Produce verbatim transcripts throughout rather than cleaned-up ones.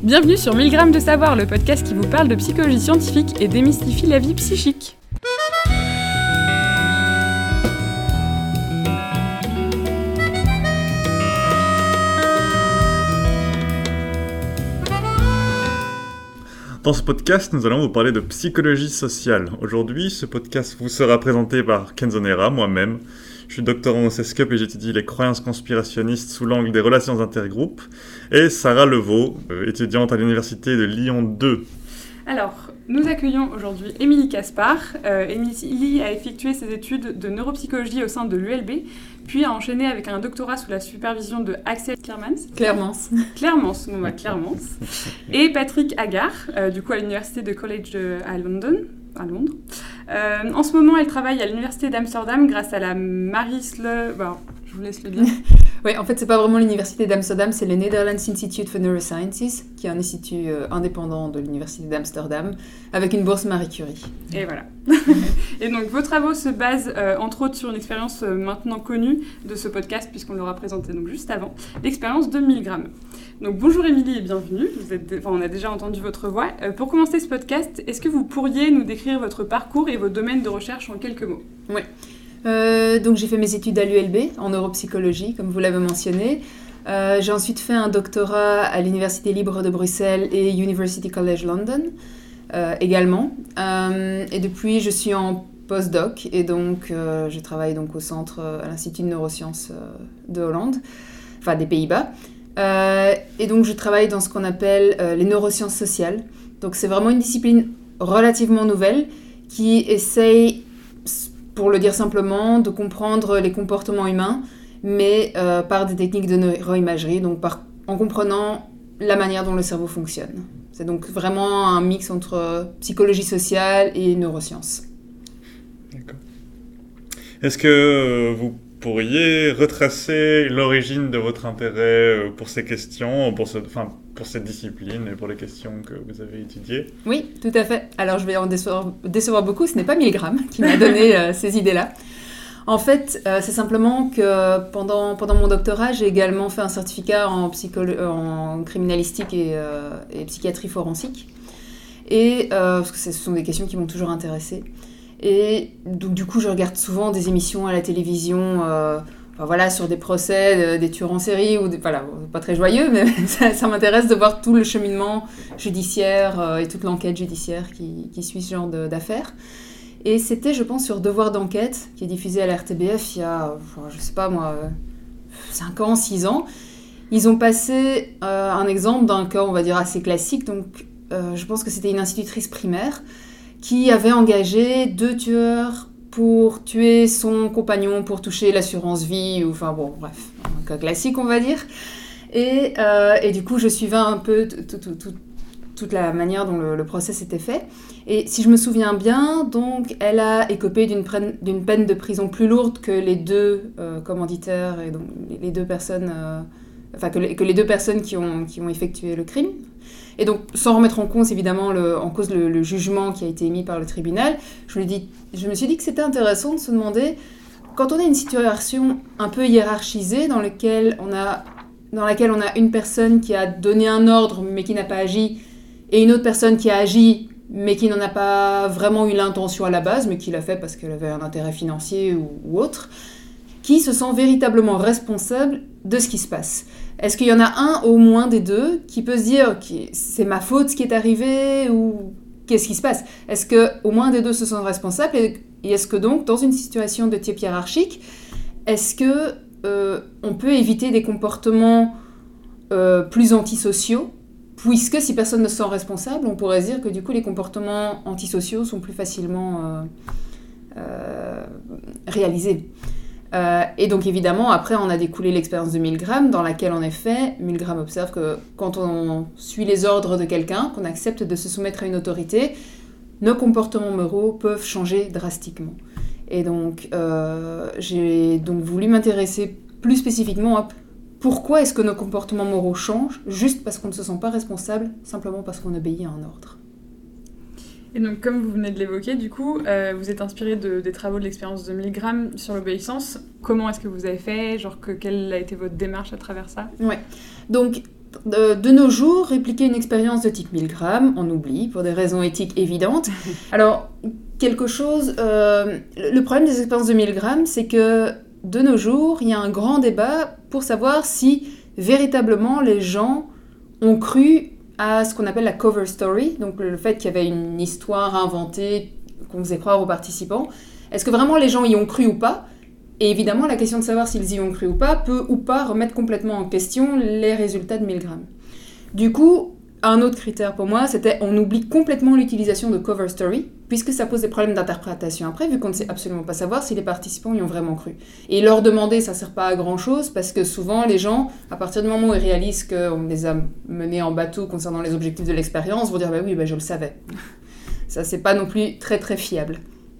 Bienvenue sur mille grammes de savoir, le podcast qui vous parle de psychologie scientifique et démystifie la vie psychique. Dans ce podcast, nous allons vous parler de psychologie sociale. Aujourd'hui, ce podcast vous sera présenté par Kenzo Nera, moi-même. Je suis doctorant au CESCUP et j'étudie les croyances conspirationnistes sous l'angle des relations intergroupes. Et Sarah Levaux, étudiante à l'université de Lyon deux. Alors, nous accueillons aujourd'hui Émilie Caspar. Euh, Émilie a effectué ses études de neuropsychologie au sein de l'U L B, puis a enchaîné avec un doctorat sous la supervision de Axel Cleermans. Cleermans. Cleermans, bon bah Cleermans. Et Patrick Agar, euh, du coup à l'université de College de, à London. à Londres. Euh, en ce moment, elle travaille à l'université d'Amsterdam grâce à la Marisle... Bon, je vous laisse le dire. Oui, en fait, c'est pas vraiment l'université d'Amsterdam, c'est le Netherlands Institute for Neurosciences, qui est un institut euh, indépendant de l'université d'Amsterdam, avec une bourse Marie Curie. Et voilà. Et donc, vos travaux se basent, euh, entre autres, sur une expérience euh, maintenant connue de ce podcast, puisqu'on l'aura présenté donc juste avant, l'expérience de mille grammes. Donc, bonjour Émilie et bienvenue. Vous êtes, enfin, on a déjà entendu votre voix. Euh, pour commencer ce podcast, est-ce que vous pourriez nous décrire votre parcours et vos domaines de recherche en quelques mots ? Oui. Euh, donc, j'ai fait mes études à l'U L B, en neuropsychologie, comme vous l'avez mentionné. Euh, j'ai ensuite fait un doctorat à l'Université libre de Bruxelles et University College London, euh, également. Euh, et depuis, je suis en postdoc, et donc, euh, je travaille donc au centre, euh, à l'Institut de neurosciences euh, de Hollande, enfin des Pays-Bas. Euh, et donc, je travaille dans ce qu'on appelle euh, les neurosciences sociales. Donc, c'est vraiment une discipline relativement nouvelle qui essaye, pour le dire simplement, de comprendre les comportements humains, mais euh, par des techniques de neuroimagerie, donc par, en comprenant la manière dont le cerveau fonctionne. C'est donc vraiment un mix entre psychologie sociale et neurosciences. D'accord. Est-ce que euh, vous pourriez retracer l'origine de votre intérêt pour ces questions, pour, ce, enfin, pour cette discipline et pour les questions que vous avez étudiées ? Oui, tout à fait. Alors, je vais en décevoir, décevoir beaucoup. Ce n'est pas mille grammes qui m'a donné euh, ces idées-là. En fait, euh, c'est simplement que pendant, pendant mon doctorat, j'ai également fait un certificat en, psycholo- en criminalistique et, euh, et psychiatrie forensique. Et, euh, parce que ce sont des questions qui m'ont toujours intéressée. Et donc, du coup, je regarde souvent des émissions à la télévision, euh, enfin, voilà, sur des procès, de, des tueurs en série, ou des, voilà, pas très joyeux, mais ça, ça m'intéresse de voir tout le cheminement judiciaire euh, et toute l'enquête judiciaire qui, qui suit ce genre de, d'affaires. Et c'était, je pense, sur Devoir d'enquête, qui est diffusé à la R T B F il y a, enfin, je sais pas moi, cinq ans, six ans. Ils ont passé euh, un exemple d'un cas, on va dire, assez classique. Donc, euh, je pense que c'était une institutrice primaire qui avait engagé deux tueurs pour tuer son compagnon, pour toucher l'assurance vie, ou enfin bon, bref, un cas classique, on va dire. Et, euh, et du coup, je suivais un peu t- t- t- t- toute la manière dont le, le procès s'était fait. Et si je me souviens bien, donc, elle a écopé d'une, pre- d'une peine de prison plus lourde que les deux euh, commanditaires, et donc les deux personnes, euh, enfin, que, les, que les deux personnes qui ont, qui ont effectué le crime. Et donc, sans remettre en cause, évidemment, le, en cause le, le jugement qui a été émis par le tribunal, je me, dis, je me suis dit que c'était intéressant de se demander, quand on a une situation un peu hiérarchisée dans laquelle on a, dans laquelle on a une personne qui a donné un ordre mais qui n'a pas agi, et une autre personne qui a agi mais qui n'en a pas vraiment eu l'intention à la base, mais qui l'a fait parce qu'elle avait un intérêt financier ou, ou autre, qui se sent véritablement responsable de ce qui se passe. Est-ce qu'il y en a un au moins des deux qui peut se dire okay, c'est ma faute ce qui est arrivé ou qu'est-ce qui se passe ? Est-ce qu'au moins des deux se sentent responsables et, et est-ce que donc dans une situation de type hiérarchique, est-ce que euh, on peut éviter des comportements euh, plus antisociaux ? Puisque si personne ne se sent responsable, on pourrait dire que du coup les comportements antisociaux sont plus facilement euh, euh, réalisés. Euh, et donc évidemment, après, on a découlé l'expérience de mille grammes, dans laquelle, en effet, mille grammes observe que quand on suit les ordres de quelqu'un, qu'on accepte de se soumettre à une autorité, nos comportements moraux peuvent changer drastiquement. Et donc, euh, j'ai donc voulu m'intéresser plus spécifiquement à pourquoi est-ce que nos comportements moraux changent, juste parce qu'on ne se sent pas responsable, simplement parce qu'on obéit à un ordre. Et donc, comme vous venez de l'évoquer, du coup, euh, vous êtes inspiré de, des travaux de l'expérience de mille grammes sur l'obéissance. Comment est-ce que vous avez fait ? Genre, que, quelle a été votre démarche à travers ça ? Ouais. Donc, de, de nos jours, répliquer une expérience de type Milgram, on oublie, pour des raisons éthiques évidentes. Alors, quelque chose... Euh, le problème des expériences de Milgram, c'est que de nos jours, il y a un grand débat pour savoir si véritablement les gens ont cru à ce qu'on appelle la cover story, donc le fait qu'il y avait une histoire inventée qu'on faisait croire aux participants. Est-ce que vraiment les gens y ont cru ou pas ? Et évidemment, la question de savoir s'ils y ont cru ou pas peut ou pas remettre complètement en question les résultats de Milgram. Du coup, un autre critère pour moi, c'était on oublie complètement l'utilisation de cover story, puisque ça pose des problèmes d'interprétation après, vu qu'on ne sait absolument pas savoir si les participants y ont vraiment cru. Et leur demander, ça ne sert pas à grand-chose, parce que souvent, les gens, à partir du moment où ils réalisent qu'on les a menés en bateau concernant les objectifs de l'expérience, vont dire bah « oui, bah, je le savais ». Ça, c'est pas non plus très très fiable.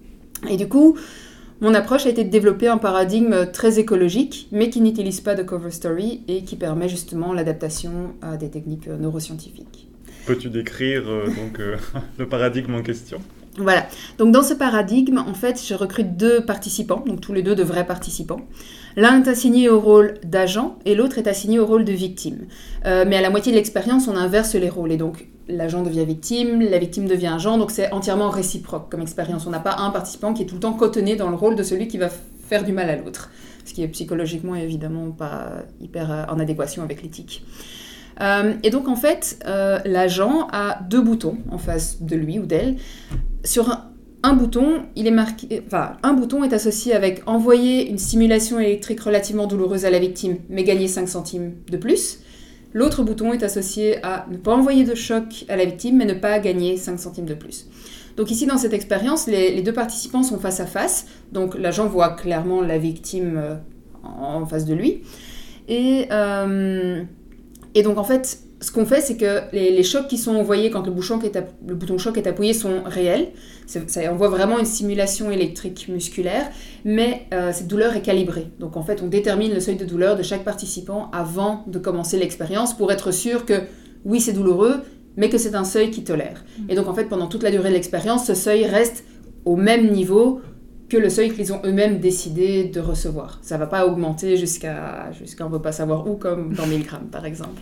Et du coup, mon approche a été de développer un paradigme très écologique, mais qui n'utilise pas de cover story et qui permet justement l'adaptation à des techniques neuroscientifiques. Peux-tu décrire euh, donc, euh, le paradigme en question ? Voilà. Donc dans ce paradigme, en fait, je recrute deux participants, donc tous les deux de vrais participants. L'un est assigné au rôle d'agent et l'autre est assigné au rôle de victime. Euh, mais à la moitié de l'expérience, on inverse les rôles. Et donc, l'agent devient victime, la victime devient agent. Donc, c'est entièrement réciproque comme expérience. On n'a pas un participant qui est tout le temps cotonné dans le rôle de celui qui va faire du mal à l'autre. Ce qui est psychologiquement, évidemment, pas hyper en adéquation avec l'éthique. Euh, et donc, en fait, euh, l'agent a deux boutons en face de lui ou d'elle. Sur un... Un bouton, il est marqué, enfin, un bouton est associé avec envoyer une stimulation électrique relativement douloureuse à la victime, mais gagner cinq centimes de plus. L'autre bouton est associé à ne pas envoyer de choc à la victime, mais ne pas gagner cinq centimes de plus. Donc ici, dans cette expérience, les, les deux participants sont face à face. Donc l'agent voit clairement la victime euh, en, en face de lui. Et, euh, et donc en fait, ce qu'on fait, c'est que les, les chocs qui sont envoyés quand le, bouchon est, le bouton choc est appuyé sont réels. C'est, ça envoie vraiment une stimulation électrique musculaire, mais euh, cette douleur est calibrée. Donc en fait, on détermine le seuil de douleur de chaque participant avant de commencer l'expérience pour être sûr que oui, c'est douloureux, mais que c'est un seuil qu'ils tolèrent. Et donc en fait, pendant toute la durée de l'expérience, ce seuil reste au même niveau que le seuil qu'ils ont eux-mêmes décidé de recevoir. Ça ne va pas augmenter jusqu'à, jusqu'à on ne peut pas savoir où, comme dans Milgram par exemple.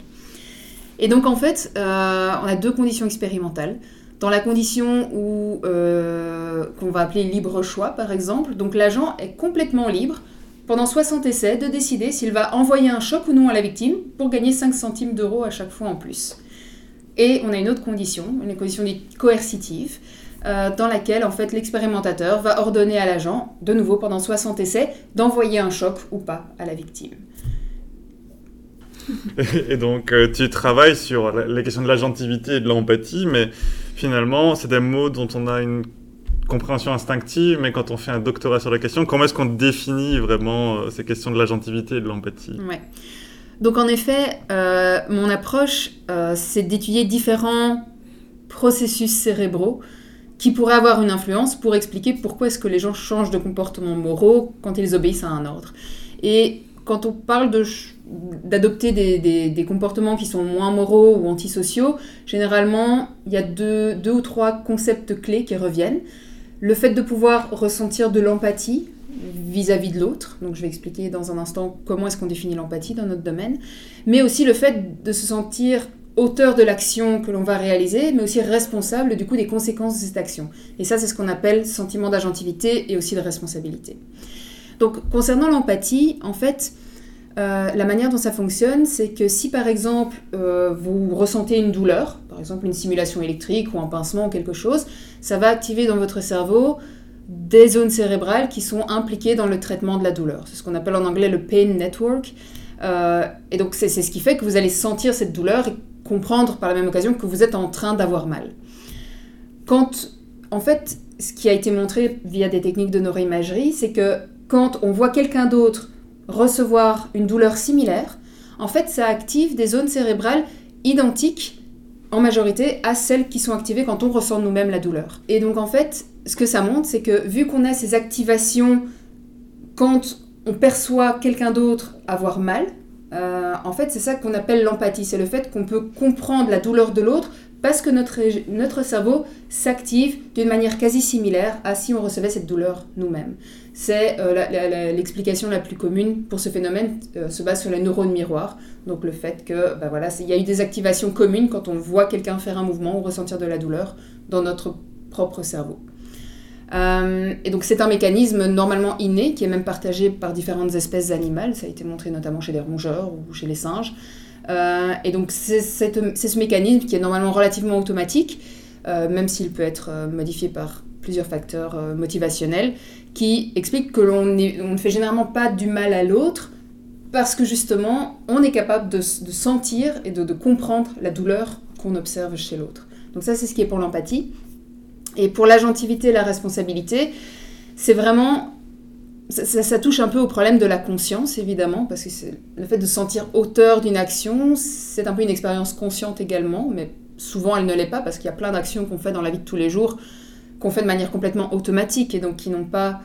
Et donc, en fait, euh, on a deux conditions expérimentales. Dans la condition où, euh, qu'on va appeler libre choix, par exemple, donc l'agent est complètement libre, pendant soixante essais, de décider s'il va envoyer un choc ou non à la victime pour gagner cinq centimes d'euros à chaque fois en plus. Et on a une autre condition, une condition dite coercitive, euh, dans laquelle, en fait, l'expérimentateur va ordonner à l'agent, de nouveau pendant soixante essais, d'envoyer un choc ou pas à la victime. Et donc, euh, tu travailles sur les questions de l'agentivité et de l'empathie, mais finalement, c'est des mots dont on a une compréhension instinctive, mais quand on fait un doctorat sur la question, comment est-ce qu'on définit vraiment euh, ces questions de l'agentivité et de l'empathie ? Ouais. Donc, en effet, euh, mon approche, euh, c'est d'étudier différents processus cérébraux qui pourraient avoir une influence pour expliquer pourquoi est-ce que les gens changent de comportements moraux quand ils obéissent à un ordre. Et quand on parle de... d'adopter des, des, des comportements qui sont moins moraux ou antisociaux, généralement, il y a deux, deux ou trois concepts clés qui reviennent. Le fait de pouvoir ressentir de l'empathie vis-à-vis de l'autre, donc je vais expliquer dans un instant comment est-ce qu'on définit l'empathie dans notre domaine, mais aussi le fait de se sentir auteur de l'action que l'on va réaliser, mais aussi responsable du coup des conséquences de cette action. Et ça, c'est ce qu'on appelle sentiment d'agentivité et aussi de responsabilité. Donc, concernant l'empathie, en fait, Euh, la manière dont ça fonctionne, c'est que si par exemple euh, vous ressentez une douleur, par exemple une stimulation électrique ou un pincement ou quelque chose, ça va activer dans votre cerveau des zones cérébrales qui sont impliquées dans le traitement de la douleur. C'est ce qu'on appelle en anglais le pain network. Euh, et donc c'est, c'est ce qui fait que vous allez sentir cette douleur et comprendre par la même occasion que vous êtes en train d'avoir mal. Quand, en fait, ce qui a été montré via des techniques de neuroimagerie, c'est que quand on voit quelqu'un d'autre recevoir une douleur similaire, en fait, ça active des zones cérébrales identiques, en majorité, à celles qui sont activées quand on ressent nous-mêmes la douleur. Et donc, en fait, ce que ça montre, c'est que vu qu'on a ces activations quand on perçoit quelqu'un d'autre avoir mal, euh, en fait, c'est ça qu'on appelle l'empathie. C'est le fait qu'on peut comprendre la douleur de l'autre parce que notre, notre cerveau s'active d'une manière quasi similaire à si on recevait cette douleur nous-mêmes. C'est euh, la, la, la, l'explication la plus commune pour ce phénomène euh, se base sur les neurones miroirs. Donc le fait que, bah voilà, il y a eu des activations communes quand on voit quelqu'un faire un mouvement ou ressentir de la douleur dans notre propre cerveau. Euh, et donc c'est un mécanisme normalement inné qui est même partagé par différentes espèces animales. Ça a été montré notamment chez les rongeurs ou chez les singes. Euh, et donc c'est, cette, c'est ce mécanisme qui est normalement relativement automatique, euh, même s'il peut être euh, modifié par plusieurs facteurs euh, motivationnels, qui explique que l'on est, on ne fait généralement pas du mal à l'autre, parce que justement on est capable de, de sentir et de, de comprendre la douleur qu'on observe chez l'autre. Donc ça c'est ce qui est pour l'empathie. Et pour l'agentivité et la responsabilité, c'est vraiment... Ça, ça, ça touche un peu au problème de la conscience, évidemment, parce que c'est le fait de se sentir auteur d'une action, c'est un peu une expérience consciente également, mais souvent elle ne l'est pas, parce qu'il y a plein d'actions qu'on fait dans la vie de tous les jours, qu'on fait de manière complètement automatique, et donc qui n'ont pas...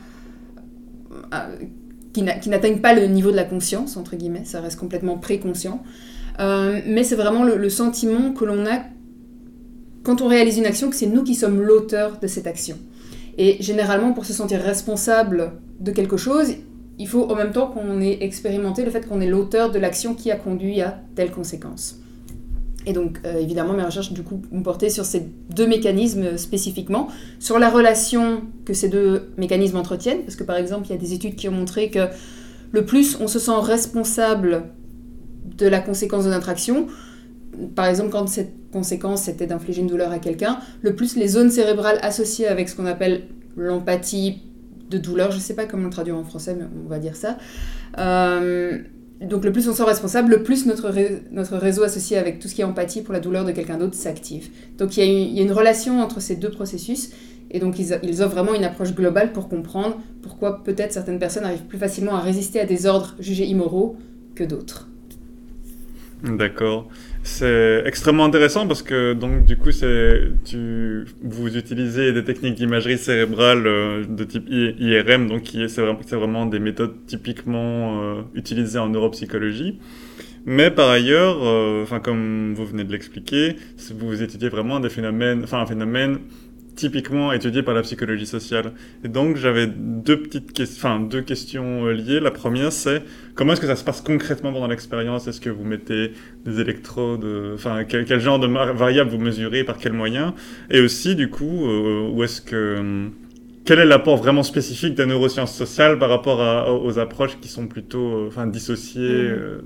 Euh, qui, n'a, qui n'atteignent pas le niveau de la conscience, entre guillemets, ça reste complètement préconscient. Euh, mais c'est vraiment le, le sentiment que l'on a quand on réalise une action, que c'est nous qui sommes l'auteur de cette action. Et généralement, pour se sentir responsable de quelque chose, il faut en même temps qu'on ait expérimenté le fait qu'on est l'auteur de l'action qui a conduit à telle conséquence. Et donc, euh, évidemment, mes recherches, du coup, ont porté sur ces deux mécanismes spécifiquement, sur la relation que ces deux mécanismes entretiennent, parce que, par exemple, il y a des études qui ont montré que le plus on se sent responsable de la conséquence de notre action, par exemple, quand cette conséquence c'était d'infliger une douleur à quelqu'un, le plus les zones cérébrales associées avec ce qu'on appelle l'empathie de douleur, je ne sais pas comment le traduire en français, mais on va dire ça. Euh, donc le plus on se sent responsable, le plus notre, ré- notre réseau associé avec tout ce qui est empathie pour la douleur de quelqu'un d'autre s'active. Donc il y a une, il y a une relation entre ces deux processus, et donc ils, ils offrent vraiment une approche globale pour comprendre pourquoi peut-être certaines personnes arrivent plus facilement à résister à des ordres jugés immoraux que d'autres. D'accord. C'est extrêmement intéressant parce que donc du coup c'est tu vous utilisez des techniques d'imagerie cérébrale euh, de type I R M, donc qui est c'est vraiment, c'est vraiment des méthodes typiquement euh, utilisées en neuropsychologie. Mais par ailleurs, enfin euh, comme vous venez de l'expliquer, vous étudiez vraiment des phénomènes, enfin un phénomène typiquement étudié par la psychologie sociale. Et donc, j'avais deux petites questions, enfin, deux questions liées. La première, c'est comment est-ce que ça se passe concrètement pendant l'expérience ? Est-ce que vous mettez des électrodes, enfin, quel, quel genre de variables vous mesurez, par quels moyens ? Et aussi, du coup, euh, où est-ce que... Quel est l'apport vraiment spécifique des neurosciences sociales par rapport à, aux approches qui sont plutôt, enfin, dissociées mmh. euh...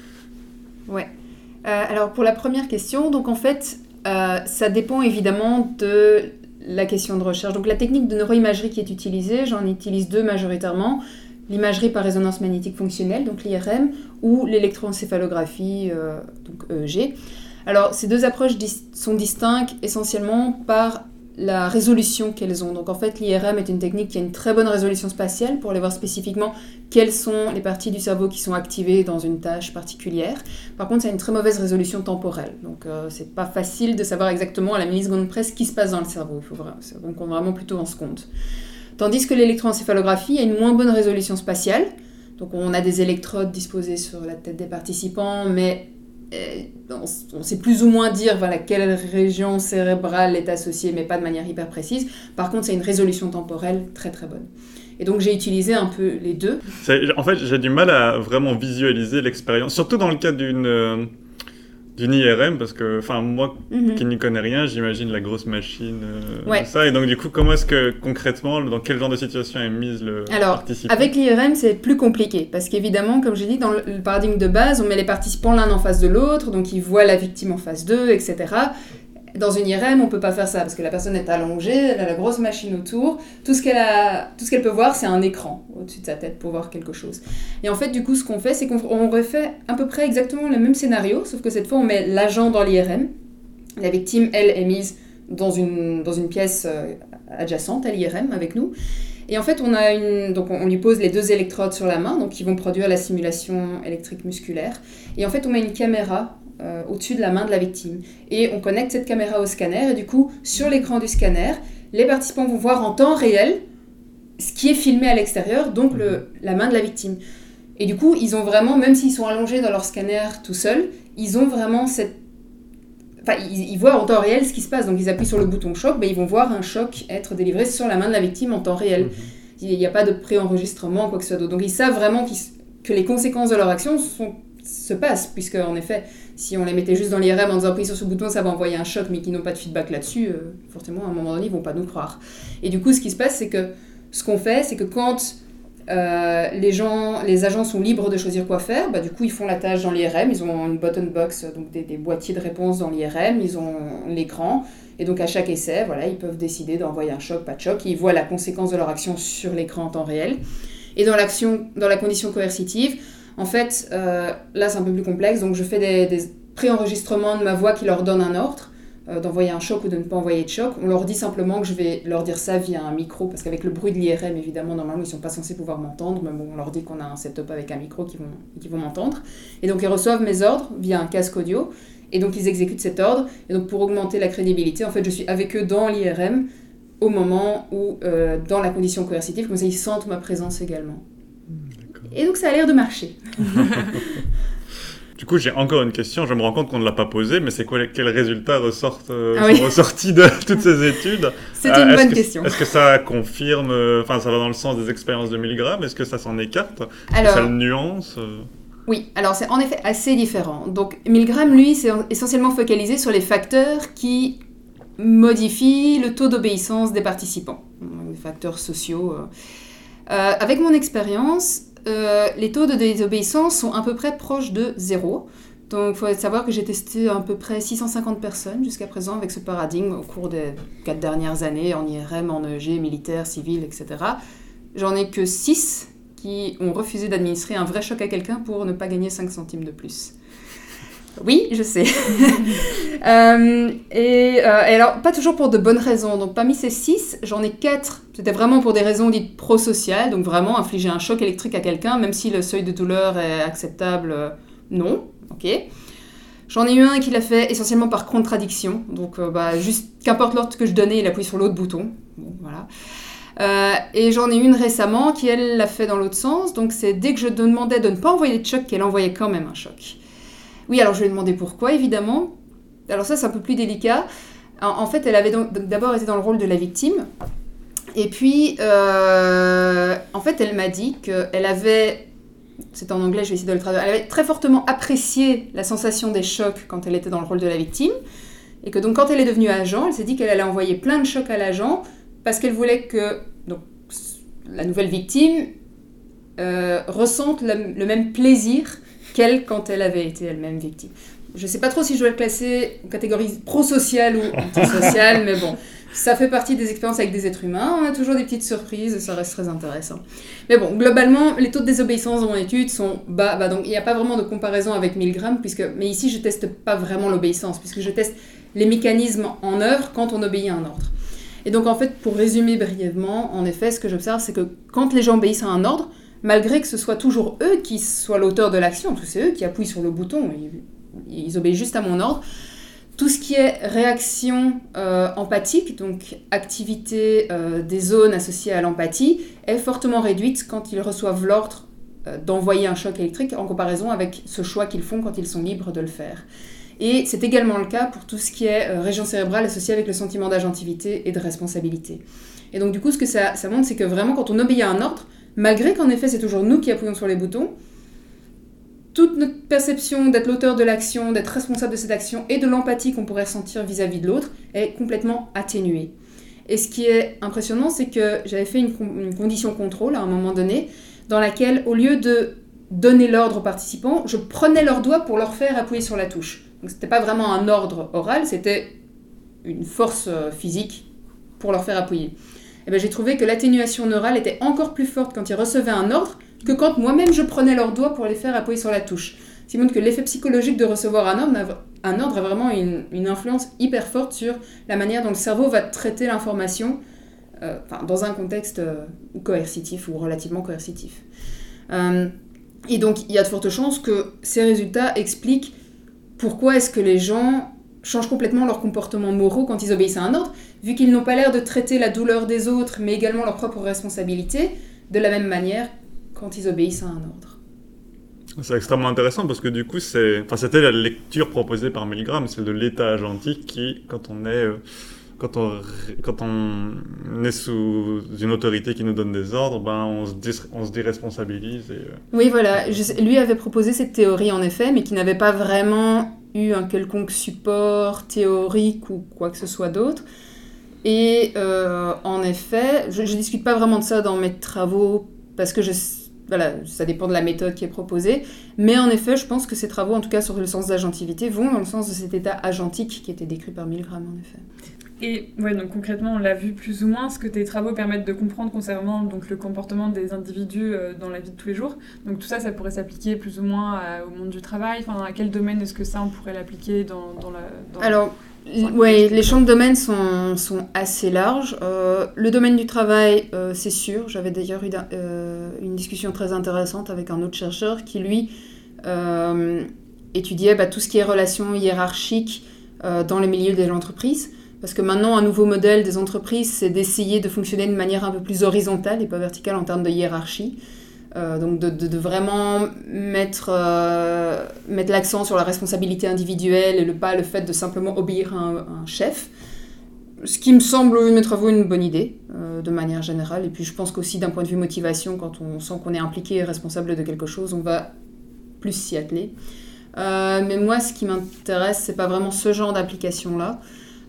Ouais. Euh, alors, pour la première question, donc en fait, euh, ça dépend évidemment de la question de recherche. Donc la technique de neuroimagerie qui est utilisée, j'en utilise deux majoritairement, l'imagerie par résonance magnétique fonctionnelle, donc l'I R M, ou l'électroencéphalographie, euh, donc E E G. Alors ces deux approches dis- sont distinctes essentiellement par la résolution qu'elles ont. Donc en fait l'I R M est une technique qui a une très bonne résolution spatiale pour aller voir spécifiquement quelles sont les parties du cerveau qui sont activées dans une tâche particulière. Par contre, ça a une très mauvaise résolution temporelle. Donc euh, c'est pas facile de savoir exactement à la milliseconde près ce qui se passe dans le cerveau. Il faut vraiment, on compte vraiment plutôt en secondes. Tandis que l'électroencéphalographie a une moins bonne résolution spatiale. Donc on a des électrodes disposées sur la tête des participants, mais on sait plus ou moins dire voilà, quelle région cérébrale est associée, mais pas de manière hyper précise. Par contre, c'est une résolution temporelle très très bonne. Et donc, j'ai utilisé un peu les deux. C'est, en fait, j'ai du mal à vraiment visualiser l'expérience, surtout dans le cas d'une, euh, d'une I R M, parce que moi mm-hmm. qui n'y connais rien, j'imagine la grosse machine, euh, ouais. ça. Et donc, du coup, comment est-ce que concrètement, dans quel genre de situation est mise le Alors, participant ? Avec l'I R M, c'est plus compliqué, parce qu'évidemment, comme j'ai dit, dans le paradigme de base, on met les participants l'un en face de l'autre, donc ils voient la victime en face d'eux, et cetera. Dans une I R M, on ne peut pas faire ça, parce que la personne est allongée, elle a la grosse machine autour, tout ce qu'elle a, tout ce qu'elle peut voir, c'est un écran au-dessus de sa tête pour voir quelque chose. Et en fait, du coup, ce qu'on fait, c'est qu'on refait à peu près exactement le même scénario, sauf que cette fois, on met l'agent dans l'I R M. La victime, elle, est mise dans une, dans une pièce adjacente à l'I R M avec nous. Et en fait, on, a une, donc on lui pose les deux électrodes sur la main, donc qui vont produire la stimulation électrique musculaire. Et en fait, on met une caméra Euh, au-dessus de la main de la victime. Et on connecte cette caméra au scanner, et du coup, sur l'écran du scanner, les participants vont voir en temps réel ce qui est filmé à l'extérieur, donc le, la main de la victime. Et du coup, ils ont vraiment, même s'ils sont allongés dans leur scanner tout seuls, ils ont vraiment cette, Enfin, ils, ils voient en temps réel ce qui se passe. Donc, ils appuient sur le bouton choc, ben, ils vont voir un choc être délivré sur la main de la victime en temps réel. Mmh. Il n'y a pas de préenregistrement, quoi que ce soit d'autre. Donc, ils savent vraiment que les conséquences de leur action sont, se passent, puisque, en effet, si on les mettait juste dans l'I R M en disant appuyez sur ce bouton, ça va envoyer un choc, mais qu'ils n'ont pas de feedback là-dessus, euh, forcément, à un moment donné, ils ne vont pas nous croire. Et du coup, ce qui se passe, c'est que ce qu'on fait, c'est que quand euh, les, gens, les agents sont libres de choisir quoi faire, bah, du coup, ils font la tâche dans l'I R M, ils ont une button box, donc des, des boîtiers de réponse dans l'I R M, ils ont l'écran, et donc à chaque essai, voilà, ils peuvent décider d'envoyer un choc, pas de choc, et ils voient la conséquence de leur action sur l'écran en temps réel. Et dans, l'action, dans la condition coercitive, en fait, euh, là c'est un peu plus complexe, donc je fais des, des pré-enregistrements de ma voix qui leur donne un ordre, euh, d'envoyer un choc ou de ne pas envoyer de choc. On leur dit simplement que je vais leur dire ça via un micro, parce qu'avec le bruit de l'I R M, évidemment, normalement ils ne sont pas censés pouvoir m'entendre, mais bon, on leur dit qu'on a un setup avec un micro qui vont, qui vont m'entendre. Et donc ils reçoivent mes ordres via un casque audio, et donc ils exécutent cet ordre. Et donc pour augmenter la crédibilité, en fait, je suis avec eux dans l'I R M au moment où, euh, dans la condition coercitive, comme ça ils sentent ma présence également. Et donc ça a l'air de marcher. Du coup, j'ai encore une question. Je me rends compte qu'on ne l'a pas posée, mais c'est quoi, quels résultats ressortent, euh, ah oui. sont ressortis de toutes ces études? C'est une euh, bonne que, question. Est-ce que ça confirme, enfin, euh, ça va dans le sens des expériences de Milgram? Est-ce que ça s'en écarte? Est-ce alors, que ça le nuance? Oui, alors c'est en effet assez différent. Donc Milgram, lui, s'est essentiellement focalisé sur les facteurs qui modifient le taux d'obéissance des participants, les facteurs sociaux. Euh, avec mon expérience, Euh, les taux de désobéissance sont à peu près proches de zéro. Donc il faut savoir que j'ai testé à peu près six cent cinquante personnes jusqu'à présent avec ce paradigme au cours des quatre dernières années en I R M, en E G, militaire, civil, et cetera. J'en ai que six qui ont refusé d'administrer un vrai choc à quelqu'un pour ne pas gagner cinq centimes de plus. Oui, je sais. euh, et, euh, et alors, pas toujours pour de bonnes raisons. Donc, parmi ces six, j'en ai quatre. C'était vraiment pour des raisons dites prosociales. Donc, vraiment, infliger un choc électrique à quelqu'un, même si le seuil de douleur est acceptable, euh, non. Ok. J'en ai eu un qui l'a fait essentiellement par contradiction. Donc, euh, bah, juste, qu'importe l'ordre que je donnais, il appuie sur l'autre bouton. Bon, voilà. Euh, et j'en ai une récemment qui, elle, l'a fait dans l'autre sens. Donc, c'est dès que je demandais de ne pas envoyer de choc qu'elle envoyait quand même un choc. Oui, alors je lui ai demandé pourquoi, évidemment. Alors ça, c'est un peu plus délicat. En, en fait, elle avait donc, d'abord été dans le rôle de la victime. Et puis, euh, en fait, elle m'a dit qu'elle avait, c'est en anglais, je vais essayer de le traduire, elle avait très fortement apprécié la sensation des chocs quand elle était dans le rôle de la victime. Et que donc, quand elle est devenue agent, elle s'est dit qu'elle allait envoyer plein de chocs à l'agent parce qu'elle voulait que donc, la nouvelle victime euh, ressente le, le même plaisir qu'elle quand elle avait été elle-même victime. Je ne sais pas trop si je dois le classer en catégorie pro-sociale ou anti-sociale, mais bon, ça fait partie des expériences avec des êtres humains, on a toujours des petites surprises et ça reste très intéressant. Mais bon, globalement, les taux de désobéissance dans mon étude sont bas, bah donc il n'y a pas vraiment de comparaison avec Milgram, puisque, mais ici je ne teste pas vraiment l'obéissance, puisque je teste les mécanismes en œuvre quand on obéit à un ordre. Et donc en fait, pour résumer brièvement, en effet, ce que j'observe, c'est que quand les gens obéissent à un ordre, malgré que ce soit toujours eux qui soient l'auteur de l'action, parce que c'est eux qui appuient sur le bouton, ils, ils obéissent juste à mon ordre, tout ce qui est réaction euh, empathique, donc activité euh, des zones associées à l'empathie, est fortement réduite quand ils reçoivent l'ordre euh, d'envoyer un choc électrique en comparaison avec ce choix qu'ils font quand ils sont libres de le faire. Et c'est également le cas pour tout ce qui est euh, région cérébrale associée avec le sentiment d'agentivité et de responsabilité. Et donc du coup, ce que ça, ça montre, c'est que vraiment quand on obéit à un ordre, malgré qu'en effet c'est toujours nous qui appuyons sur les boutons, toute notre perception d'être l'auteur de l'action, d'être responsable de cette action et de l'empathie qu'on pourrait ressentir vis-à-vis de l'autre est complètement atténuée. Et ce qui est impressionnant, c'est que j'avais fait une, une condition contrôle à un moment donné, dans laquelle, au lieu de donner l'ordre aux participants, je prenais leurs doigts pour leur faire appuyer sur la touche. Donc c'était pas vraiment un ordre oral, c'était une force physique pour leur faire appuyer. Et bien, j'ai trouvé que l'atténuation neurale était encore plus forte quand ils recevaient un ordre que quand moi-même je prenais leurs doigts pour les faire appuyer sur la touche. Ce qui montre que l'effet psychologique de recevoir un ordre, un ordre a vraiment une, une influence hyper forte sur la manière dont le cerveau va traiter l'information euh, enfin, dans un contexte euh, coercitif ou relativement coercitif. Euh, et donc, il y a de fortes chances que ces résultats expliquent pourquoi est-ce que les gens changent complètement leur comportement moraux quand ils obéissent à un ordre, vu qu'ils n'ont pas l'air de traiter la douleur des autres, mais également leur propre responsabilité, de la même manière quand ils obéissent à un ordre. C'est extrêmement intéressant parce que du coup, c'est, enfin, c'était la lecture proposée par Milgram, c'est de l'État agentique qui, quand on est, euh, quand on, quand on est sous une autorité qui nous donne des ordres, ben, on se, dis, on se déresponsabilise. Et, euh... Oui, voilà. Je sais, lui avait proposé cette théorie en effet, mais qui n'avait pas vraiment eu un quelconque support théorique ou quoi que ce soit d'autre. Et euh, en effet, je ne discute pas vraiment de ça dans mes travaux parce que je, voilà, ça dépend de la méthode qui est proposée. Mais en effet, je pense que ces travaux, en tout cas sur le sens d'agentivité, vont dans le sens de cet état agentique qui était décrit par Milgram, en effet. Et ouais, donc concrètement, on l'a vu plus ou moins, ce que tes travaux permettent de comprendre concernant donc, le comportement des individus euh, dans la vie de tous les jours. Donc tout ça, ça pourrait s'appliquer plus ou moins à, au monde du travail. Enfin, à quel domaine est-ce que ça, on pourrait l'appliquer dans, dans la... Dans Alors, oui, les champs de domaine sont, sont assez larges. Euh, le domaine du travail, euh, c'est sûr. J'avais d'ailleurs eu euh, une discussion très intéressante avec un autre chercheur qui, lui, euh, étudiait bah, tout ce qui est relations hiérarchiques euh, dans les milieux de l'entreprise. Parce que maintenant, un nouveau modèle des entreprises, c'est d'essayer de fonctionner de manière un peu plus horizontale et pas verticale en termes de hiérarchie. Euh, donc de, de, de vraiment mettre, euh, mettre l'accent sur la responsabilité individuelle et le, pas le fait de simplement obéir à un, à un chef. Ce qui me semble, mes travaux, une bonne idée, euh, de manière générale. Et puis je pense qu'aussi d'un point de vue motivation, quand on sent qu'on est impliqué et responsable de quelque chose, on va plus s'y atteler. Euh, mais moi, ce qui m'intéresse, c'est pas vraiment ce genre d'application-là.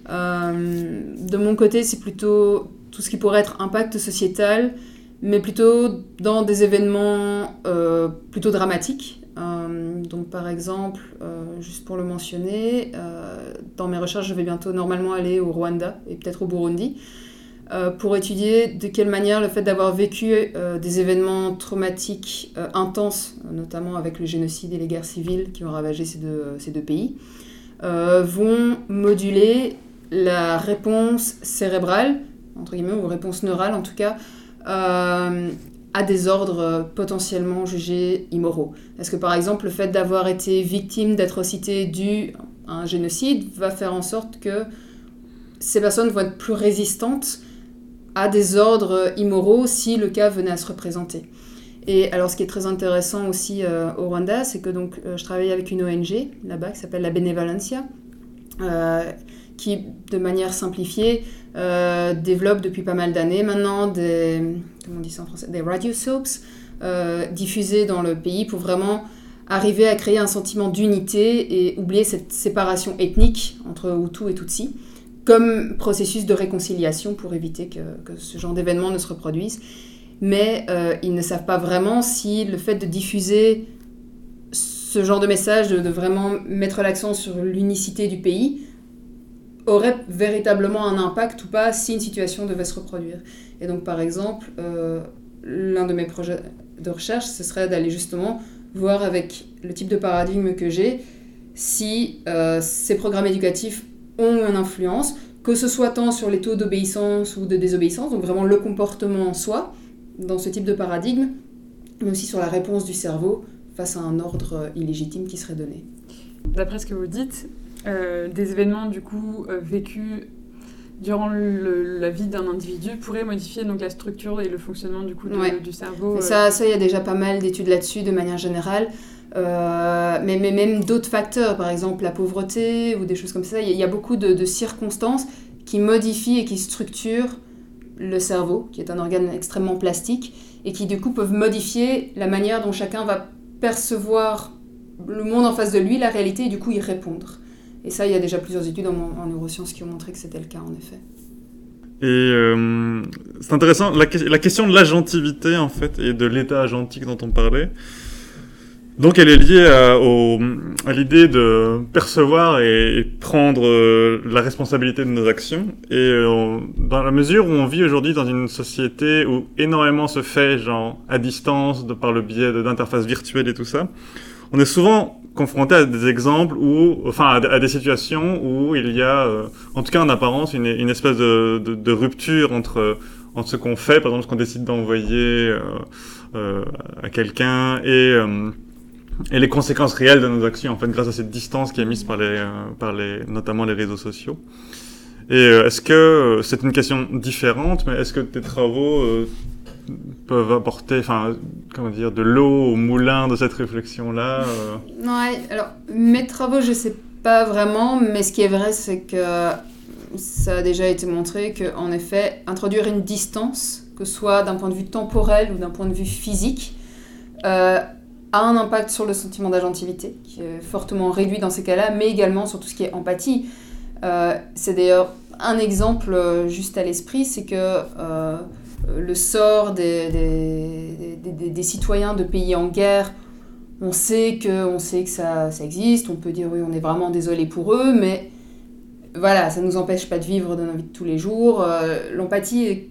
Euh, de mon côté, c'est plutôt tout ce qui pourrait être impact sociétal, mais plutôt dans des événements euh, plutôt dramatiques. Euh, donc par exemple, euh, juste pour le mentionner, euh, dans mes recherches, je vais bientôt normalement aller au Rwanda et peut-être au Burundi, euh, pour étudier de quelle manière le fait d'avoir vécu euh, des événements traumatiques euh, intenses, notamment avec le génocide et les guerres civiles qui ont ravagé ces deux, ces deux pays, euh, vont moduler la réponse cérébrale, entre guillemets, ou réponse neurale en tout cas, euh, à des ordres potentiellement jugés immoraux. Est-ce que par exemple le fait d'avoir été victime d'atrocités dues à un génocide va faire en sorte que ces personnes vont être plus résistantes à des ordres immoraux si le cas venait à se représenter. Et alors ce qui est très intéressant aussi euh, au Rwanda, c'est que donc, euh, je travaille avec une O N G là-bas qui s'appelle la Benevolencia, euh, qui, de manière simplifiée, euh, développe depuis pas mal d'années maintenant des, comment on dit ça en français, des radio soaps euh, diffusés dans le pays pour vraiment arriver à créer un sentiment d'unité et oublier cette séparation ethnique entre Hutu et Tutsi comme processus de réconciliation pour éviter que, que ce genre d'événements ne se reproduisent. Mais euh, ils ne savent pas vraiment si le fait de diffuser ce genre de message, de, de vraiment mettre l'accent sur l'unicité du pays, aurait véritablement un impact ou pas si une situation devait se reproduire. Et donc, par exemple, euh, l'un de mes projets de recherche, ce serait d'aller justement voir avec le type de paradigme que j'ai si euh, ces programmes éducatifs ont une influence, que ce soit tant sur les taux d'obéissance ou de désobéissance, donc vraiment le comportement en soi, dans ce type de paradigme, mais aussi sur la réponse du cerveau face à un ordre illégitime qui serait donné. D'après ce que vous dites, euh, des événements du coup euh, vécus durant le, la vie d'un individu pourraient modifier donc, la structure et le fonctionnement du, coup, de, ouais. du cerveau. Euh... Ça, ça, il y a déjà pas mal d'études là-dessus de manière générale. Euh, mais, mais même d'autres facteurs, par exemple la pauvreté ou des choses comme ça. Il y a, il y a beaucoup de, de circonstances qui modifient et qui structurent le cerveau, qui est un organe extrêmement plastique, et qui du coup peuvent modifier la manière dont chacun va percevoir le monde en face de lui, la réalité, et du coup y répondre. Et ça, il y a déjà plusieurs études en, en neurosciences qui ont montré que c'était le cas, en effet. Et euh, c'est intéressant, la, la question de l'agentivité, en fait, et de l'état agentique dont on parlait, donc elle est liée à, au, à l'idée de percevoir et, et prendre euh, la responsabilité de nos actions. Et euh, dans la mesure où on vit aujourd'hui dans une société où énormément se fait, genre à distance, de, par le biais de, d'interfaces virtuelles et tout ça, on est souvent confronté à des exemples où, enfin, à, à des situations où il y a, euh, en tout cas en apparence, une, une espèce de, de, de rupture entre, entre ce qu'on fait, par exemple ce qu'on décide d'envoyer euh, euh, à quelqu'un et euh, et les conséquences réelles de nos actions, en fait, grâce à cette distance qui est mise par les, euh, par les, notamment les réseaux sociaux. Et euh, est-ce que, euh, c'est une question différente, mais est-ce que tes travaux euh, peuvent apporter, enfin, comment dire, de l'eau au moulin de cette réflexion-là euh... Ouais, alors, mes travaux, je sais pas vraiment, mais ce qui est vrai, c'est que ça a déjà été montré qu'en effet, introduire une distance, que ce soit d'un point de vue temporel ou d'un point de vue physique, euh, a un impact sur le sentiment d'agentivité, qui est fortement réduit dans ces cas-là, mais également sur tout ce qui est empathie. Euh, c'est d'ailleurs un exemple euh, juste à l'esprit, c'est que euh, le sort des, des, des, des, des citoyens de pays en guerre, on sait que, on sait que ça, ça existe, on peut dire oui, on est vraiment désolé pour eux, mais voilà, ça ne nous empêche pas de vivre dans nos vies de tous les jours. Euh, l'empathie est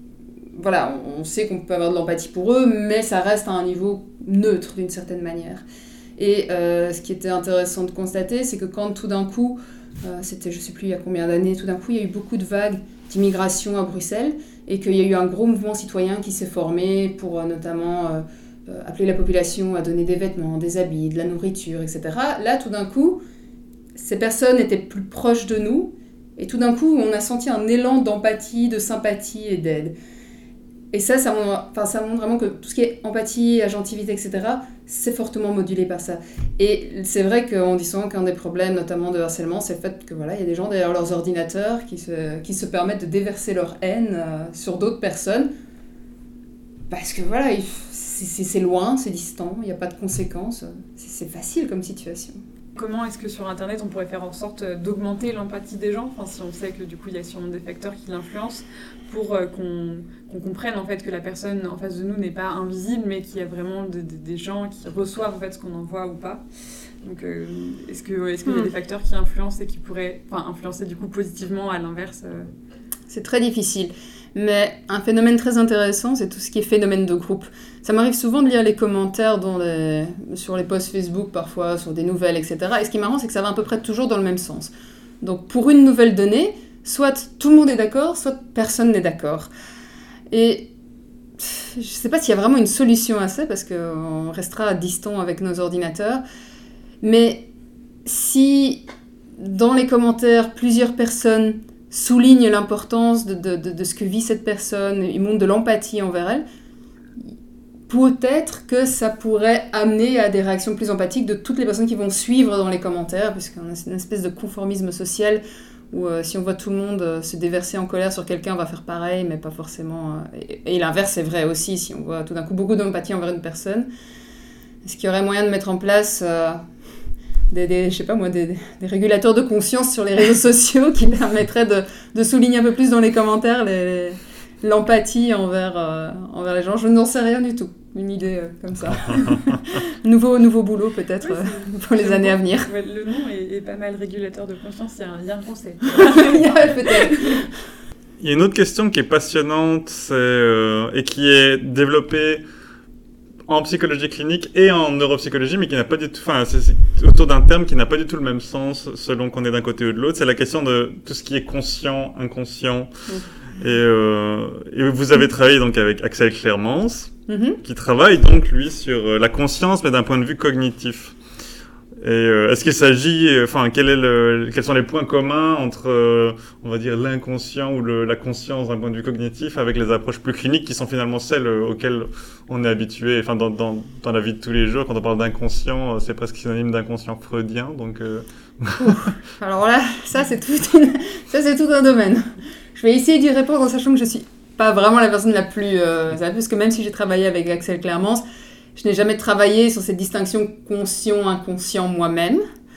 Voilà, on sait qu'on peut avoir de l'empathie pour eux, mais ça reste à un niveau neutre d'une certaine manière. Et euh, ce qui était intéressant de constater, c'est que quand tout d'un coup, euh, c'était je ne sais plus il y a combien d'années, tout d'un coup il y a eu beaucoup de vagues d'immigration à Bruxelles et qu'il y a eu un gros mouvement citoyen qui s'est formé pour euh, notamment euh, euh, appeler la population à donner des vêtements, des habits, de la nourriture, et cetera. Là, tout d'un coup, ces personnes étaient plus proches de nous et tout d'un coup, on a senti un élan d'empathie, de sympathie et d'aide. Et ça, ça montre, enfin, ça montre vraiment que tout ce qui est empathie, agentivité, et cetera, c'est fortement modulé par ça. Et c'est vrai qu'on dit souvent qu'un des problèmes, notamment de harcèlement, c'est le fait que voilà, il y a des gens derrière leurs ordinateurs qui se, qui se permettent de déverser leur haine euh, sur d'autres personnes. Parce que voilà, il, c'est, c'est, c'est loin, c'est distant, il n'y a pas de conséquences. C'est, c'est facile comme situation. Comment est-ce que sur Internet, on pourrait faire en sorte d'augmenter l'empathie des gens, enfin, si on sait que du coup, il y a sûrement des facteurs qui l'influencent, pour euh, qu'on, qu'on comprenne en fait que la personne en face de nous n'est pas invisible, mais qu'il y a vraiment de, de, des gens qui reçoivent en fait ce qu'on envoie ou pas. Donc, euh, est-ce que, est-ce qu'il y a des facteurs qui influencent et qui pourraient, enfin, influencer du coup positivement à l'inverse euh... C'est très difficile. Mais un phénomène très intéressant, c'est tout ce qui est phénomène de groupe. Ça m'arrive souvent de lire les commentaires dans les... sur les posts Facebook, parfois, sur des nouvelles, et cetera. Et ce qui est marrant, c'est que ça va à peu près toujours dans le même sens. Donc, pour une nouvelle donnée, soit tout le monde est d'accord, soit personne n'est d'accord. Et je ne sais pas s'il y a vraiment une solution à ça, parce qu'on restera distant avec nos ordinateurs. Mais si, dans les commentaires, plusieurs personnes souligne l'importance de, de, de, de ce que vit cette personne, il montre de l'empathie envers elle, peut-être que ça pourrait amener à des réactions plus empathiques de toutes les personnes qui vont suivre dans les commentaires, puisqu'on a une espèce de conformisme social où euh, si on voit tout le monde euh, se déverser en colère sur quelqu'un, on va faire pareil, mais pas forcément... Euh, et, et l'inverse est vrai aussi, si on voit tout d'un coup beaucoup d'empathie envers une personne. Est-ce qu'il y aurait moyen de mettre en place... Euh, Des, des, je sais pas moi, des, des régulateurs de conscience sur les réseaux sociaux qui permettraient de, de souligner un peu plus dans les commentaires les, les, l'empathie envers, euh, envers les gens. Je n'en sais rien du tout. Une idée euh, comme ça. nouveau, nouveau boulot peut-être oui, euh, pour les années bon. à venir. Ouais, le nom est, est pas mal, régulateur de conscience, il y a un, il y a un concept. Il y a peut-être. Il y a une autre question qui est passionnante c'est, euh, et qui est développée en psychologie clinique et en neuropsychologie, mais qui n'a pas du tout, enfin, c'est, c'est autour d'un terme qui n'a pas du tout le même sens selon qu'on est d'un côté ou de l'autre. C'est la question de tout ce qui est conscient, inconscient. Mm. Et, euh, et vous avez travaillé donc avec Axel Clermans, mm-hmm. qui travaille donc lui sur la conscience, mais d'un point de vue cognitif. Et euh, est-ce qu'il s'agit, enfin, quel est le, quels sont les points communs entre, euh, on va dire, l'inconscient ou le, la conscience d'un point de vue cognitif avec les approches plus cliniques qui sont finalement celles auxquelles on est habitué, enfin, dans, dans, dans la vie de tous les jours, quand on parle d'inconscient, c'est presque synonyme d'inconscient freudien, donc... Euh... Alors là, ça c'est, tout une... ça c'est tout un domaine. Je vais essayer d'y répondre en sachant que je suis pas vraiment la personne la plus... Euh, parce que même si j'ai travaillé avec Axel Clermans, je n'ai jamais travaillé sur cette distinction conscient-inconscient moi-même.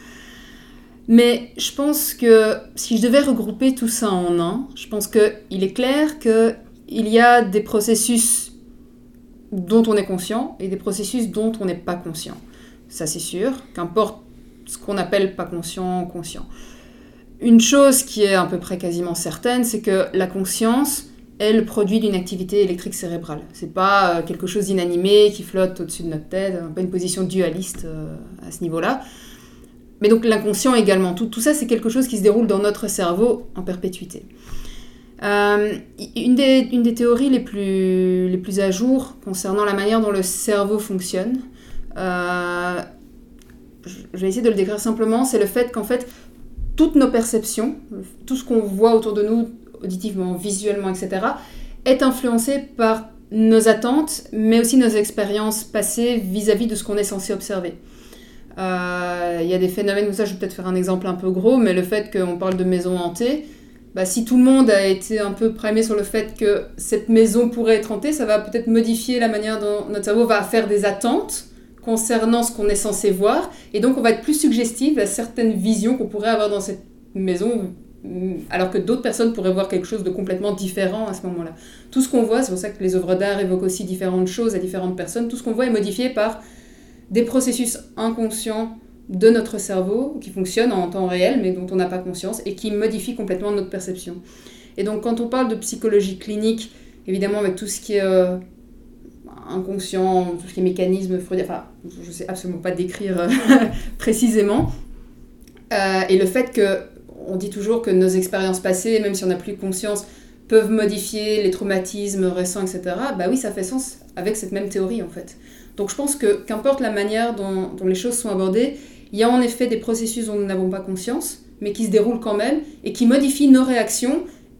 Mais je pense que si je devais regrouper tout ça en un, je pense qu'il est clair qu'il y a des processus dont on est conscient et des processus dont on n'est pas conscient. Ça, c'est sûr, qu'importe ce qu'on appelle pas conscient, conscient. Une chose qui est à peu près quasiment certaine, c'est que la conscience est le produit d'une activité électrique cérébrale. C'est pas quelque chose d'inanimé qui flotte au-dessus de notre tête, pas une position dualiste euh, à ce niveau-là. Mais donc l'inconscient également. Tout, tout ça, c'est quelque chose qui se déroule dans notre cerveau en perpétuité. Euh, une, des, une des théories les plus, les plus à jour concernant la manière dont le cerveau fonctionne, euh, je vais essayer de le décrire simplement, c'est le fait qu'en fait, toutes nos perceptions, tout ce qu'on voit autour de nous, auditivement, visuellement, et cetera, est influencé par nos attentes, mais aussi nos expériences passées vis-à-vis de ce qu'on est censé observer. Il euh, y a des phénomènes, ça je vais peut-être faire un exemple un peu gros, mais le fait qu'on parle de maisons hantées, bah, si tout le monde a été un peu primé sur le fait que cette maison pourrait être hantée, ça va peut-être modifier la manière dont notre cerveau va faire des attentes concernant ce qu'on est censé voir, et donc on va être plus suggestif à certaines visions qu'on pourrait avoir dans cette maison, alors que d'autres personnes pourraient voir quelque chose de complètement différent à ce moment-là. Tout ce qu'on voit, c'est pour ça que les œuvres d'art évoquent aussi différentes choses à différentes personnes, tout ce qu'on voit est modifié par des processus inconscients de notre cerveau qui fonctionnent en temps réel, mais dont on n'a pas conscience, et qui modifient complètement notre perception. Et donc quand on parle de psychologie clinique, évidemment avec tout ce qui est euh, inconscient, tout ce qui est mécanisme freudien, enfin, je ne sais absolument pas décrire euh, précisément, euh, et le fait que on dit toujours que nos expériences passées, même si on n'a plus conscience, peuvent modifier les traumatismes récents, et cetera. Bah oui, ça fait sens avec cette même théorie, en fait. Donc je pense que, qu'importe la manière dont, dont les choses sont abordées, il y a en effet des processus dont nous n'avons pas conscience, mais qui se déroulent quand même, et qui modifient nos réactions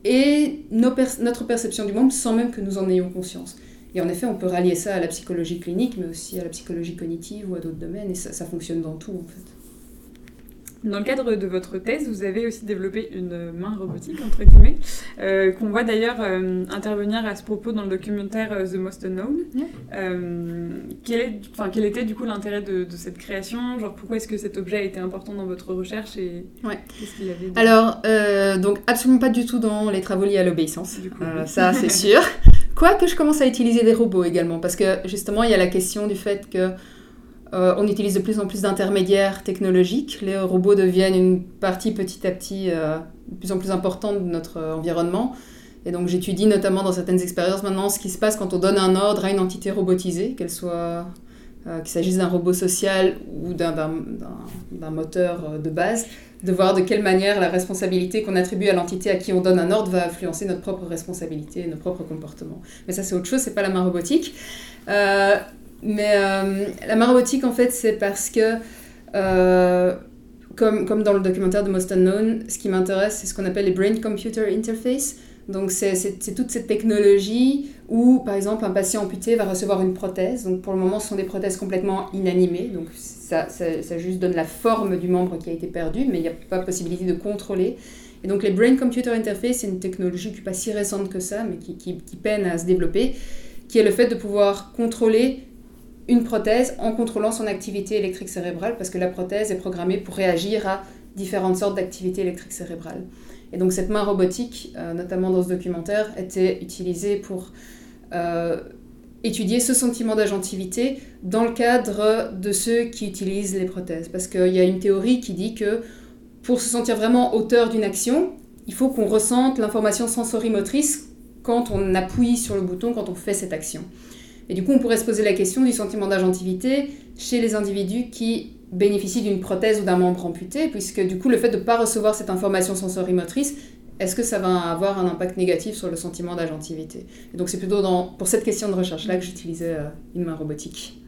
et nos per- notre perception du monde sans même que nous en ayons conscience. Et en effet, on peut rallier ça à la psychologie clinique, mais aussi à la psychologie cognitive ou à d'autres domaines, et ça, ça fonctionne dans tout, en fait. Dans le cadre de votre thèse, vous avez aussi développé une main robotique, entre guillemets, euh, qu'on voit d'ailleurs euh, intervenir à ce propos dans le documentaire euh, The Most Unknown. Yeah. Euh, quel, est, enfin, quel était du coup l'intérêt de, de cette création ? Genre, pourquoi est-ce que cet objet a été important dans votre recherche et ouais. qu'est-ce qu'il avait de... Alors, euh, donc absolument pas du tout dans les travaux liés à l'obéissance, du coup, euh, ça c'est sûr. Quoique je commence à utiliser des robots également, parce que justement il y a la question du fait que Euh, on utilise de plus en plus d'intermédiaires technologiques. Les robots deviennent une partie petit à petit euh, de plus en plus importante de notre euh, environnement. Et donc j'étudie notamment dans certaines expériences maintenant ce qui se passe quand on donne un ordre à une entité robotisée, qu'elle soit, euh, qu'il s'agisse d'un robot social ou d'un, d'un, d'un, d'un moteur de base, de voir de quelle manière la responsabilité qu'on attribue à l'entité à qui on donne un ordre va influencer notre propre responsabilité et nos propres comportements. Mais ça c'est autre chose, c'est pas la main robotique. Euh, Mais euh, la main robotique, en fait, c'est parce que, euh, comme, comme dans le documentaire de Most Unknown, ce qui m'intéresse, c'est ce qu'on appelle les Brain-Computer Interface. Donc, c'est, c'est, c'est toute cette technologie où, par exemple, un patient amputé va recevoir une prothèse. Donc, pour le moment, ce sont des prothèses complètement inanimées. Donc, ça, ça, ça juste donne la forme du membre qui a été perdu, mais il n'y a pas possibilité de contrôler. Et donc, les Brain-Computer Interface, c'est une technologie qui n'est pas si récente que ça, mais qui, qui, qui peine à se développer, qui est le fait de pouvoir contrôler une prothèse en contrôlant son activité électrique cérébrale, parce que la prothèse est programmée pour réagir à différentes sortes d'activités électriques cérébrales. Et donc cette main robotique, euh, notamment dans ce documentaire, était utilisée pour euh, étudier ce sentiment d'agentivité dans le cadre de ceux qui utilisent les prothèses. Parce qu'il y a une théorie qui dit que pour se sentir vraiment auteur d'une action, il faut qu'on ressente l'information sensorimotrice quand on appuie sur le bouton, quand on fait cette action. Et du coup, on pourrait se poser la question du sentiment d'agentivité chez les individus qui bénéficient d'une prothèse ou d'un membre amputé, puisque du coup, le fait de ne pas recevoir cette information sensorimotrice, est-ce que ça va avoir un impact négatif sur le sentiment d'agentivité ? Et donc, c'est plutôt dans, pour cette question de recherche-là que j'utilisais euh, une main robotique.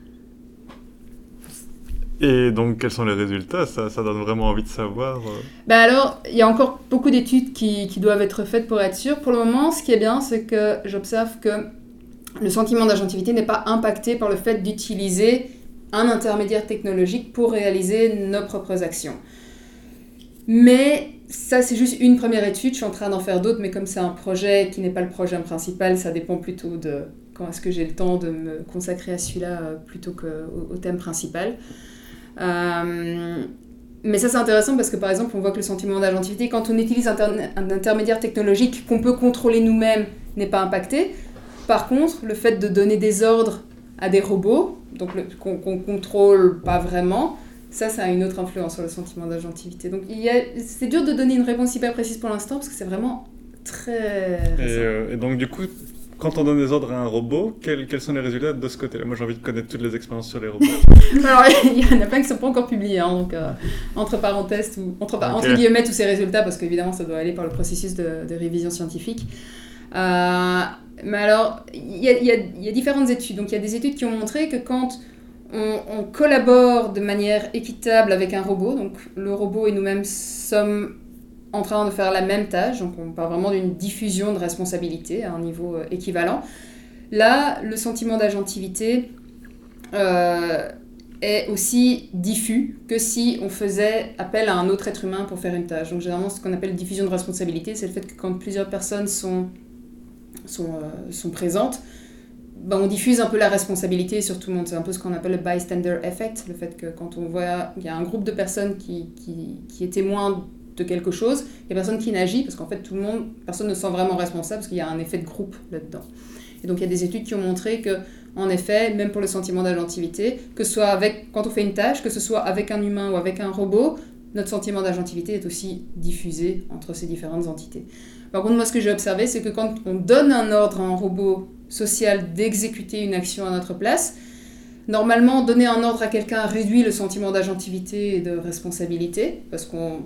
Et donc, quels sont les résultats ? ça, ça donne vraiment envie de savoir. Euh... Ben alors, il y a encore beaucoup d'études qui, qui doivent être faites pour être sûres. Pour le moment, ce qui est bien, c'est que j'observe que le sentiment d'agentivité n'est pas impacté par le fait d'utiliser un intermédiaire technologique pour réaliser nos propres actions. Mais ça, c'est juste une première étude. Je suis en train d'en faire d'autres, mais comme c'est un projet qui n'est pas le projet principal, ça dépend plutôt de quand est-ce que j'ai le temps de me consacrer à celui-là plutôt qu'au au thème principal. Euh, mais ça, c'est intéressant parce que, par exemple, on voit que le sentiment d'agentivité, quand on utilise un, inter- un intermédiaire technologique qu'on peut contrôler nous-mêmes, n'est pas impacté. Par contre, le fait de donner des ordres à des robots, donc le, qu'on, qu'on contrôle pas vraiment, ça, ça a une autre influence sur le sentiment d'agentivité. Donc, il y a, c'est dur de donner une réponse hyper précise pour l'instant, parce que c'est vraiment très récent. Et, euh, et donc, du coup, quand on donne des ordres à un robot, quels, quels sont les résultats de ce côté-là ? Moi, j'ai envie de connaître toutes les expériences sur les robots. Alors, il y en a plein qui ne sont pas encore publiés, hein, donc euh, entre parenthèses, ou, entre, okay. entre guillemets, tous ces résultats, parce qu'évidemment, ça doit aller par le processus de, de révision scientifique. Euh, mais alors, il y, y, y a différentes études. Donc, il y a des études qui ont montré que quand on, on collabore de manière équitable avec un robot, donc le robot et nous-mêmes sommes en train de faire la même tâche, donc on parle vraiment d'une diffusion de responsabilité à un niveau équivalent, Là, le sentiment d'agentivité euh, est aussi diffus que si on faisait appel à un autre être humain pour faire une tâche. Donc généralement, ce qu'on appelle diffusion de responsabilité, c'est le fait que quand plusieurs personnes sont, sont, euh, sont présentes, ben on diffuse un peu la responsabilité sur tout le monde. C'est un peu ce qu'on appelle le bystander effect, le fait que quand on voit qu'il y a un groupe de personnes qui, qui, qui est témoin de quelque chose, il n'y a personne qui n'agit, parce qu'en fait, tout le monde, personne ne se sent vraiment responsable, parce qu'il y a un effet de groupe là-dedans. Et donc, il y a des études qui ont montré que, en effet, même pour le sentiment d'agentivité, que ce soit avec, quand on fait une tâche, que ce soit avec un humain ou avec un robot, notre sentiment d'agentivité est aussi diffusé entre ces différentes entités. Par contre, moi, ce que j'ai observé, c'est que quand on donne un ordre à un robot social d'exécuter une action à notre place, normalement, donner un ordre à quelqu'un réduit le sentiment d'agentivité et de responsabilité, parce qu'on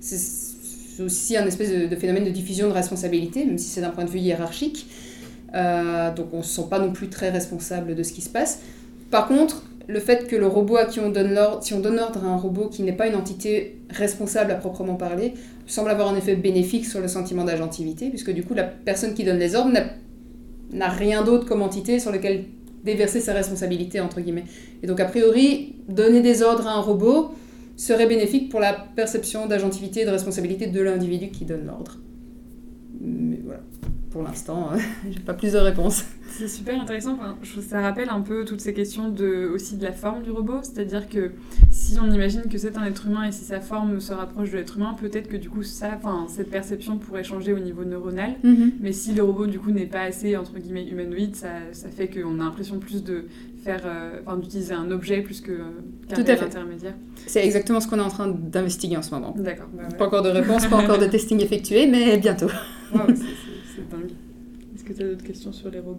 c'est aussi un espèce de, de phénomène de diffusion de responsabilité, même si c'est d'un point de vue hiérarchique. Euh, donc on ne se sent pas non plus très responsable de ce qui se passe. Par contre, le fait que le robot à qui on donne l'ordre, si on donne l'ordre à un robot qui n'est pas une entité responsable à proprement parler, semble avoir un effet bénéfique sur le sentiment d'agentivité, puisque du coup la personne qui donne les ordres n'a, n'a rien d'autre comme entité sur lequel déverser sa responsabilité, entre guillemets. Et donc a priori, donner des ordres à un robot serait bénéfique pour la perception d'agentivité et de responsabilité de l'individu qui donne l'ordre. Mais voilà, pour l'instant, euh, j'ai pas plus de réponses. C'est super intéressant. Enfin, je trouve que ça rappelle un peu toutes ces questions de, aussi de la forme du robot. C'est-à-dire que si on imagine que c'est un être humain et si sa forme se rapproche de l'être humain, peut-être que du coup, ça, enfin, cette perception pourrait changer au niveau neuronal. Mm-hmm. Mais si le robot, du coup, n'est pas assez, entre guillemets, humanoïde, ça, ça fait qu'on a l'impression plus de faire, euh, enfin, d'utiliser un objet plus que, qu'un Tout à fait. intermédiaire. C'est exactement ce qu'on est en train d'investiguer en ce moment. D'accord. Bah ouais. Pas encore de réponse, pas encore de testing effectué, mais bientôt. Wow, c'est, c'est, c'est dingue. Est-ce que tu as d'autres questions sur les robots ?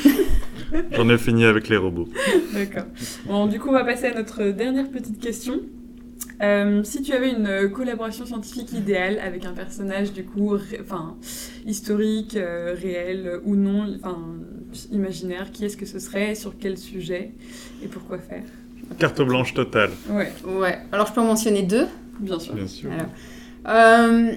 J'en ai fini avec les robots. D'accord. Bon, du coup, on va passer à notre dernière petite question. Euh, si tu avais une collaboration scientifique idéale avec un personnage, du coup, ré- enfin, historique, euh, réel ou non, enfin, imaginaire, qui est-ce que ce serait, sur quel sujet et pourquoi faire ? Carte blanche totale. Ouais. Ouais. Alors, je peux en mentionner deux ? Bien sûr. Bien sûr. Alors, euh,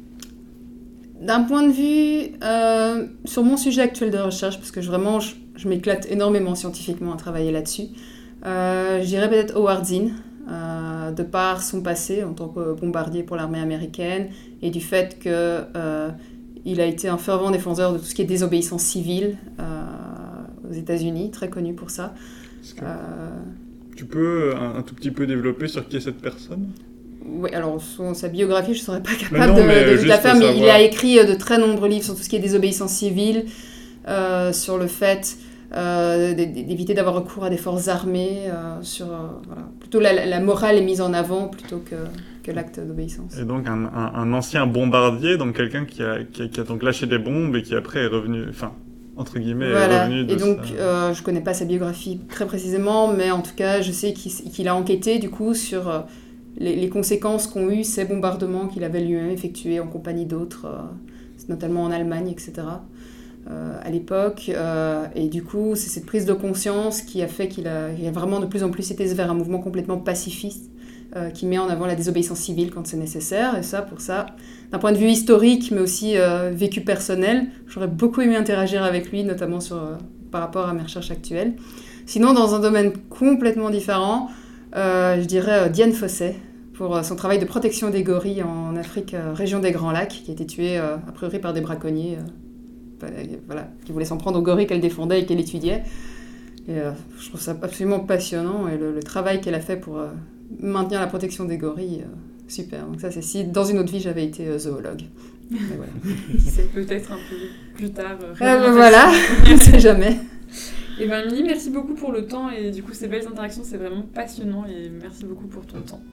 d'un point de vue euh, sur mon sujet actuel de recherche, parce que je, vraiment je, je m'éclate énormément scientifiquement à travailler là-dessus, euh, je dirais peut-être Howard Zinn, euh, de par son passé en tant que bombardier pour l'armée américaine et du fait qu'il euh, a été un fervent défenseur de tout ce qui est désobéissance civile euh, aux États-Unis, très connu pour ça. Que... Euh... Tu peux un, un tout petit peu développer sur qui est cette personne ? Oui, alors son, sa biographie, je ne serais pas capable mais non, de, mais de, de la faire, mais savoir. il a écrit de très nombreux livres sur tout ce qui est désobéissance civile, euh, sur le fait euh, d'éviter d'avoir recours à des forces armées, euh, sur euh, voilà. Plutôt la, la morale est mise en avant plutôt que, que l'acte d'obéissance. Et donc un, un, un ancien bombardier, donc quelqu'un qui a, qui, a, qui a donc lâché des bombes et qui après est revenu, enfin entre guillemets, voilà. est revenu de et donc sa... euh, je ne connais pas sa biographie très précisément, mais en tout cas je sais qu'il, qu'il a enquêté du coup sur euh, les, les conséquences qu'ont eu ces bombardements qu'il avait lui-même effectués en compagnie d'autres, euh, notamment en Allemagne, et cetera. Euh, à l'époque, euh, et du coup c'est cette prise de conscience qui a fait qu'il a, il a vraiment de plus en plus été vers un mouvement complètement pacifiste euh, qui met en avant la désobéissance civile quand c'est nécessaire, et ça pour ça, d'un point de vue historique mais aussi euh, vécu personnel, j'aurais beaucoup aimé interagir avec lui, notamment sur, euh, par rapport à mes recherches actuelles. Sinon dans un domaine complètement différent, euh, je dirais euh, Dian Fossey, pour euh, son travail de protection des gorilles en Afrique, euh, région des Grands Lacs, qui a été tué euh, a priori par des braconniers euh, Voilà, qui voulait s'en prendre aux gorilles qu'elle défendait et qu'elle étudiait. Et, euh, je trouve ça absolument passionnant, et le, le travail qu'elle a fait pour euh, maintenir la protection des gorilles, euh, super. Donc ça, c'est si dans une autre vie j'avais été euh, zoologue. Mais voilà. C'est peut-être un peu plus tard. Euh, euh, voilà, on ne sait jamais. Et ben Émilie, merci beaucoup pour le temps et du coup ces belles interactions, c'est vraiment passionnant et merci beaucoup pour ton temps.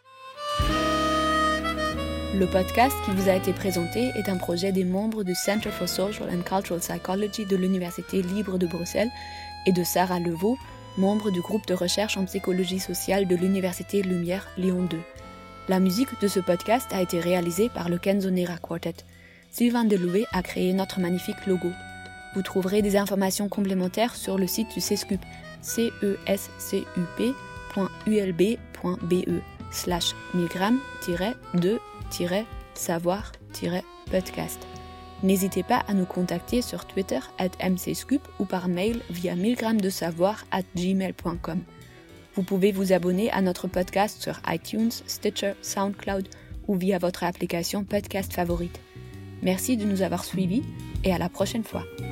Le podcast qui vous a été présenté est un projet des membres du Center for Social and Cultural Psychology de l'Université libre de Bruxelles et de Sarah Levaux, membre du groupe de recherche en psychologie sociale de l'Université Lumière Lyon deux. La musique de ce podcast a été réalisée par le Kenzonera Quartet. Sylvain Deloué a créé notre magnifique logo. Vous trouverez des informations complémentaires sur le site du CESCUP, c e s c u p point u l b point b e slash milgram tiret deux savoir podcast. N'hésitez pas à nous contacter sur Twitter at m c scoop ou par mail via mille grammes de savoir at gmail point com. Vous pouvez vous abonner à notre podcast sur iTunes, Stitcher, SoundCloud ou via votre application podcast favorite. Merci de nous avoir suivis et à la prochaine fois.